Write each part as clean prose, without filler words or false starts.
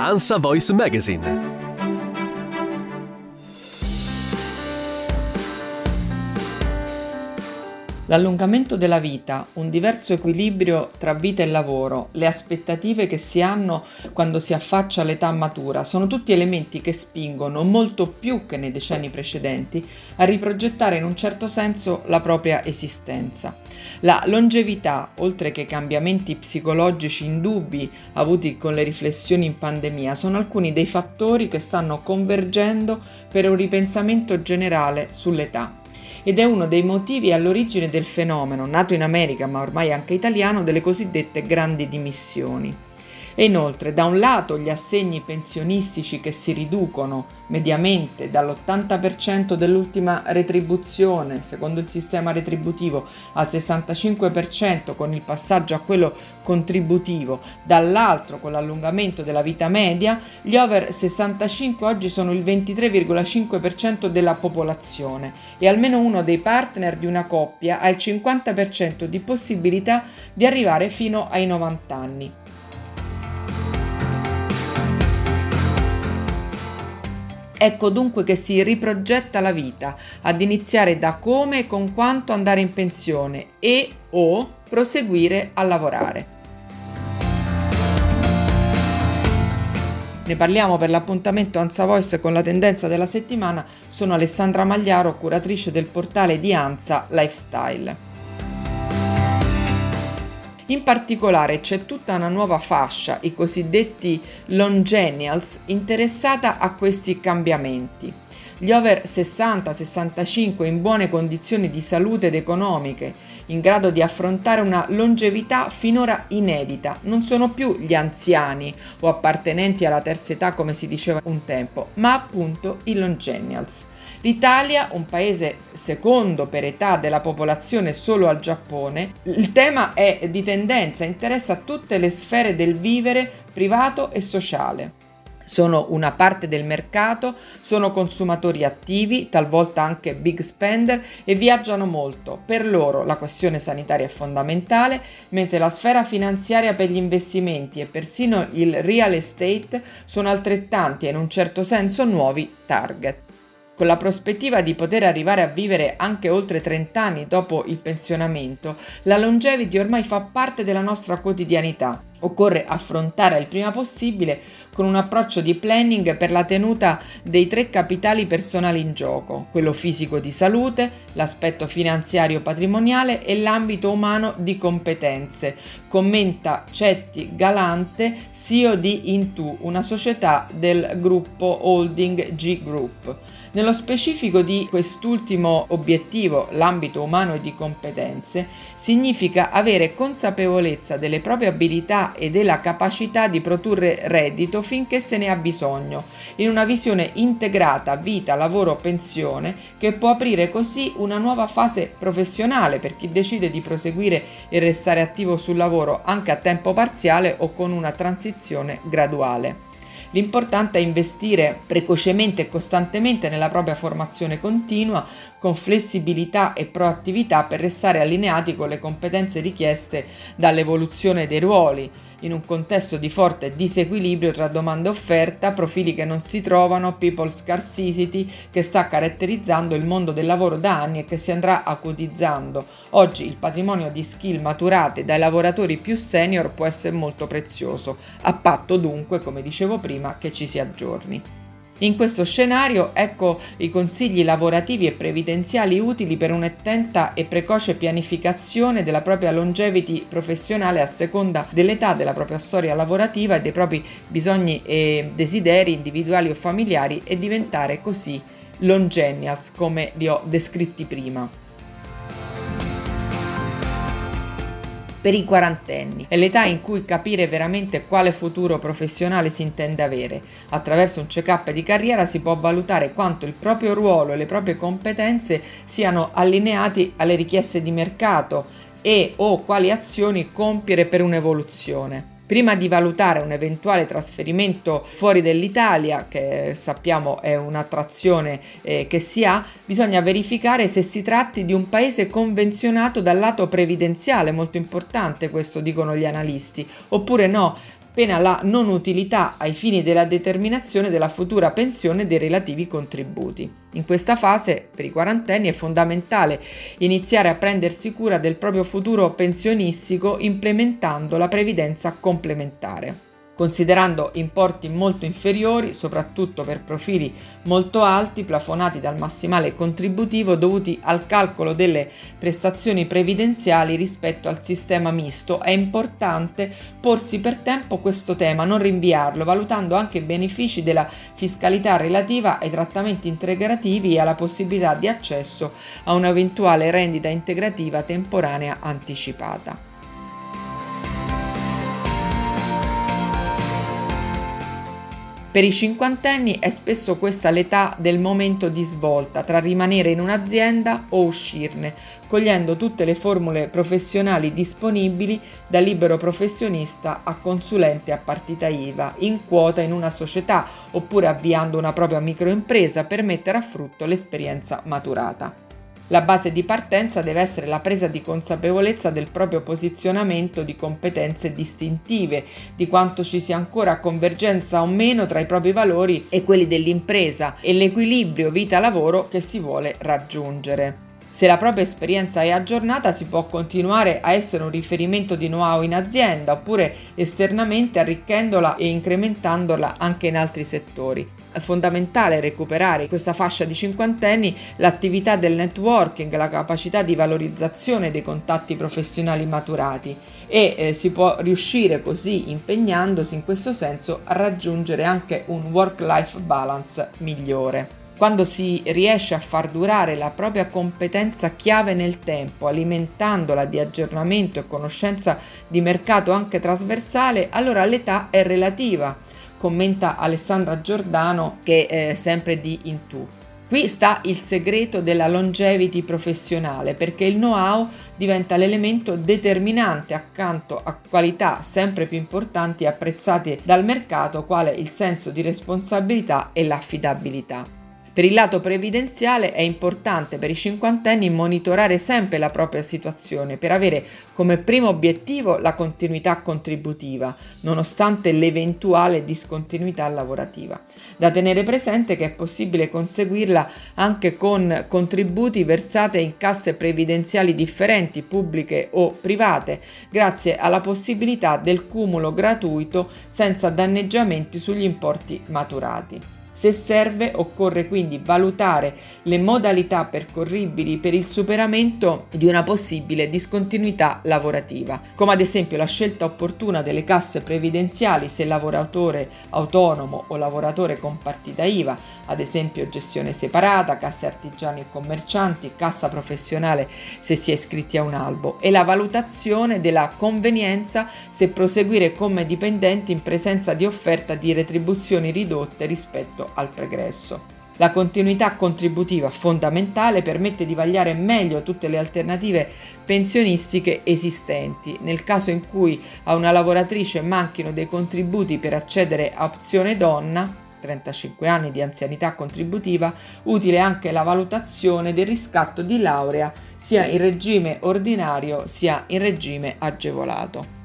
ANSA Voice Magazine. L'allungamento della vita, un diverso equilibrio tra vita e lavoro, le aspettative che si hanno quando si affaccia all'età matura, sono tutti elementi che spingono, molto più che nei decenni precedenti, a riprogettare in un certo senso la propria esistenza. La longevità, oltre che i cambiamenti psicologici indubbi avuti con le riflessioni in pandemia, sono alcuni dei fattori che stanno convergendo per un ripensamento generale sull'età. Ed è uno dei motivi all'origine del fenomeno, nato in America ma ormai anche italiano, delle cosiddette grandi dimissioni. E inoltre, da un lato gli assegni pensionistici che si riducono mediamente dall'80% dell'ultima retribuzione, secondo il sistema retributivo, al 65% con il passaggio a quello contributivo, dall'altro con l'allungamento della vita media, gli over 65 oggi sono il 23,5% della popolazione e almeno uno dei partner di una coppia ha il 50% di possibilità di arrivare fino ai 90 anni. Ecco dunque che si riprogetta la vita, ad iniziare da come e con quanto andare in pensione e o proseguire a lavorare. Ne parliamo per l'appuntamento ANSA Voice con la tendenza della settimana. Sono Alessandra Magliaro, curatrice del portale di ANSA Lifestyle. In particolare c'è tutta una nuova fascia, i cosiddetti Longenials, interessata a questi cambiamenti. Gli over 60-65 in buone condizioni di salute ed economiche, in grado di affrontare una longevità finora inedita, non sono più gli anziani o appartenenti alla terza età come si diceva un tempo, ma appunto i Longenials. L'Italia, un paese secondo per età della popolazione solo al Giappone, il tema è di tendenza, interessa tutte le sfere del vivere privato e sociale. Sono una parte del mercato, sono consumatori attivi, talvolta anche big spender e viaggiano molto. Per loro la questione sanitaria è fondamentale, mentre la sfera finanziaria per gli investimenti e persino il real estate sono altrettanti e in un certo senso nuovi target. Con la prospettiva di poter arrivare a vivere anche oltre 30 anni dopo il pensionamento, la longevity ormai fa parte della nostra quotidianità. Occorre affrontare il prima possibile con un approccio di planning per la tenuta dei 3 capitali personali in gioco, quello fisico di salute, l'aspetto finanziario patrimoniale e l'ambito umano di competenze, commenta Cetti Galante, CEO di Intu, una società del gruppo holding G Group. Nello specifico di quest'ultimo obiettivo, l'ambito umano e di competenze, significa avere consapevolezza delle proprie abilità e della capacità di produrre reddito finché se ne ha bisogno, in una visione integrata vita, lavoro, pensione, che può aprire così una nuova fase professionale per chi decide di proseguire e restare attivo sul lavoro anche a tempo parziale o con una transizione graduale. L'importante è investire precocemente e costantemente nella propria formazione continua, con flessibilità e proattività per restare allineati con le competenze richieste dall'evoluzione dei ruoli, in un contesto di forte disequilibrio tra domanda e offerta, profili che non si trovano, people scarcity che sta caratterizzando il mondo del lavoro da anni e che si andrà acutizzando. Oggi il patrimonio di skill maturate dai lavoratori più senior può essere molto prezioso, a patto dunque, come dicevo prima, che ci si aggiorni. In questo scenario ecco i consigli lavorativi e previdenziali utili per un'attenta e precoce pianificazione della propria longevity professionale a seconda dell'età, della propria storia lavorativa e dei propri bisogni e desideri individuali o familiari e diventare così longenials come li ho descritti prima. Per i quarantenni è l'età in cui capire veramente quale futuro professionale si intende avere. Attraverso un check-up di carriera si può valutare quanto il proprio ruolo e le proprie competenze siano allineati alle richieste di mercato e o quali azioni compiere per un'evoluzione. Prima di valutare un eventuale trasferimento fuori dall'Italia, che sappiamo è un'attrazione che si ha, bisogna verificare se si tratti di un paese convenzionato dal lato previdenziale, molto importante questo dicono gli analisti, oppure no. pena la non utilità ai fini della determinazione della futura pensione e dei relativi contributi. In questa fase, per i quarantenni, è fondamentale iniziare a prendersi cura del proprio futuro pensionistico implementando la previdenza complementare. Considerando importi molto inferiori, soprattutto per profili molto alti, plafonati dal massimale contributivo dovuti al calcolo delle prestazioni previdenziali rispetto al sistema misto, è importante porsi per tempo questo tema, non rinviarlo, valutando anche i benefici della fiscalità relativa ai trattamenti integrativi e alla possibilità di accesso a un'eventuale rendita integrativa temporanea anticipata. Per i cinquantenni è spesso questa l'età del momento di svolta tra rimanere in un'azienda o uscirne, cogliendo tutte le formule professionali disponibili da libero professionista a consulente a partita IVA, in quota in una società oppure avviando una propria microimpresa per mettere a frutto l'esperienza maturata. La base di partenza deve essere la presa di consapevolezza del proprio posizionamento di competenze distintive, di quanto ci sia ancora convergenza o meno tra i propri valori e quelli dell'impresa e l'equilibrio vita-lavoro che si vuole raggiungere. Se la propria esperienza è aggiornata, si può continuare a essere un riferimento di know-how in azienda oppure esternamente arricchendola e incrementandola anche in altri settori. È fondamentale recuperare in questa fascia di cinquantenni l'attività del networking, la capacità di valorizzazione dei contatti professionali maturati e si può riuscire così, impegnandosi in questo senso, a raggiungere anche un work-life balance migliore. Quando si riesce a far durare la propria competenza chiave nel tempo, alimentandola di aggiornamento e conoscenza di mercato anche trasversale, allora l'età è relativa, commenta Alessandra Giordano, che è sempre di Intù. Qui sta il segreto della longevity professionale, perché il know-how diventa l'elemento determinante accanto a qualità sempre più importanti e apprezzate dal mercato, quale il senso di responsabilità e l'affidabilità. Per il lato previdenziale è importante per i cinquantenni monitorare sempre la propria situazione per avere come primo obiettivo la continuità contributiva, nonostante l'eventuale discontinuità lavorativa. Da tenere presente che è possibile conseguirla anche con contributi versati in casse previdenziali differenti, pubbliche o private, grazie alla possibilità del cumulo gratuito senza danneggiamenti sugli importi maturati. Se serve, occorre quindi valutare le modalità percorribili per il superamento di una possibile discontinuità lavorativa, come ad esempio la scelta opportuna delle casse previdenziali se lavoratore autonomo o lavoratore con partita IVA, ad esempio gestione separata, casse artigiani e commercianti, cassa professionale se si è iscritti a un albo, e la valutazione della convenienza se proseguire come dipendenti in presenza di offerta di retribuzioni ridotte rispetto al pregresso. La continuità contributiva fondamentale permette di vagliare meglio tutte le alternative pensionistiche esistenti. Nel caso in cui a una lavoratrice manchino dei contributi per accedere a opzione donna, 35 anni di anzianità contributiva, utile anche la valutazione del riscatto di laurea sia in regime ordinario sia in regime agevolato.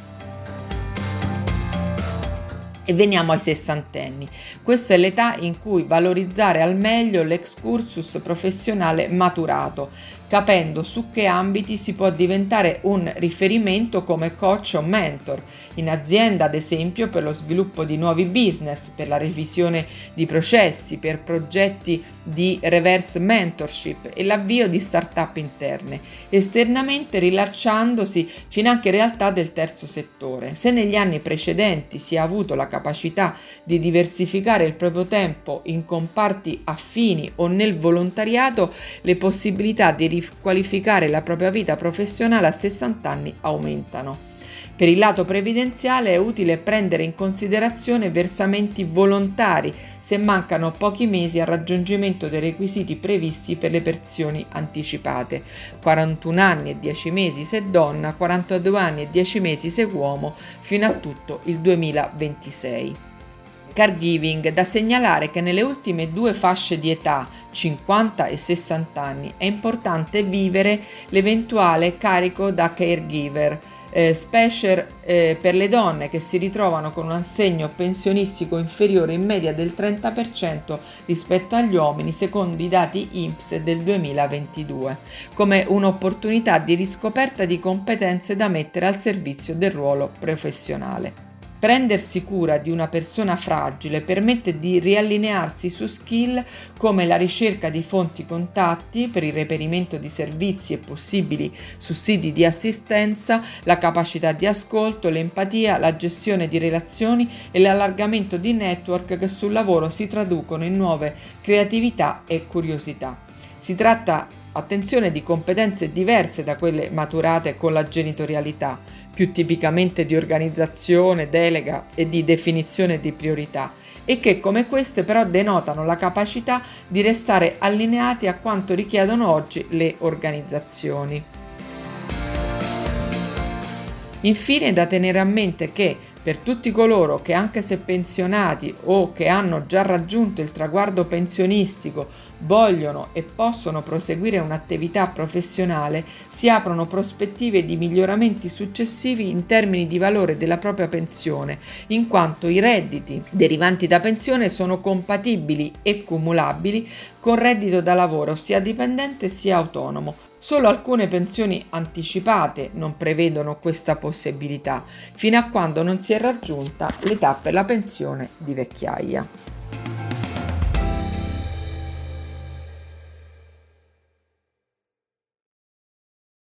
E veniamo ai sessantenni. Questa è l'età in cui valorizzare al meglio l'excursus professionale maturato, capendo su che ambiti si può diventare un riferimento come coach o mentor, in azienda ad esempio per lo sviluppo di nuovi business, per la revisione di processi, per progetti di reverse mentorship e l'avvio di start-up interne, esternamente rilasciandosi finanche in realtà del terzo settore. Se negli anni precedenti si è avuto la capacità di diversificare il proprio tempo in comparti affini o nel volontariato, le possibilità di riqualificare la propria vita professionale a 60 anni aumentano. Per il lato previdenziale è utile prendere in considerazione versamenti volontari se mancano pochi mesi al raggiungimento dei requisiti previsti per le pensioni anticipate, 41 anni e 10 mesi se donna, 42 anni e 10 mesi se uomo, fino a tutto il 2026. Caregiving, da segnalare che nelle ultime due fasce di età, 50 e 60 anni, è importante vivere l'eventuale carico da caregiver, specie per le donne che si ritrovano con un assegno pensionistico inferiore in media del 30% rispetto agli uomini, secondo i dati INPS del 2022, come un'opportunità di riscoperta di competenze da mettere al servizio del ruolo professionale. Prendersi cura di una persona fragile permette di riallinearsi su skill come la ricerca di fonti contatti per il reperimento di servizi e possibili sussidi di assistenza, la capacità di ascolto, l'empatia, la gestione di relazioni e l'allargamento di network che sul lavoro si traducono in nuove creatività e curiosità. Si tratta, attenzione, di competenze diverse da quelle maturate con la genitorialità, più tipicamente di organizzazione, delega e di definizione di priorità, e che come queste però denotano la capacità di restare allineati a quanto richiedono oggi le organizzazioni. Infine, è da tenere a mente che per tutti coloro che, anche se pensionati o che hanno già raggiunto il traguardo pensionistico, vogliono e possono proseguire un'attività professionale, si aprono prospettive di miglioramenti successivi in termini di valore della propria pensione, in quanto i redditi derivanti da pensione sono compatibili e cumulabili con reddito da lavoro sia dipendente sia autonomo. Solo alcune pensioni anticipate non prevedono questa possibilità, fino a quando non si è raggiunta l'età per la pensione di vecchiaia.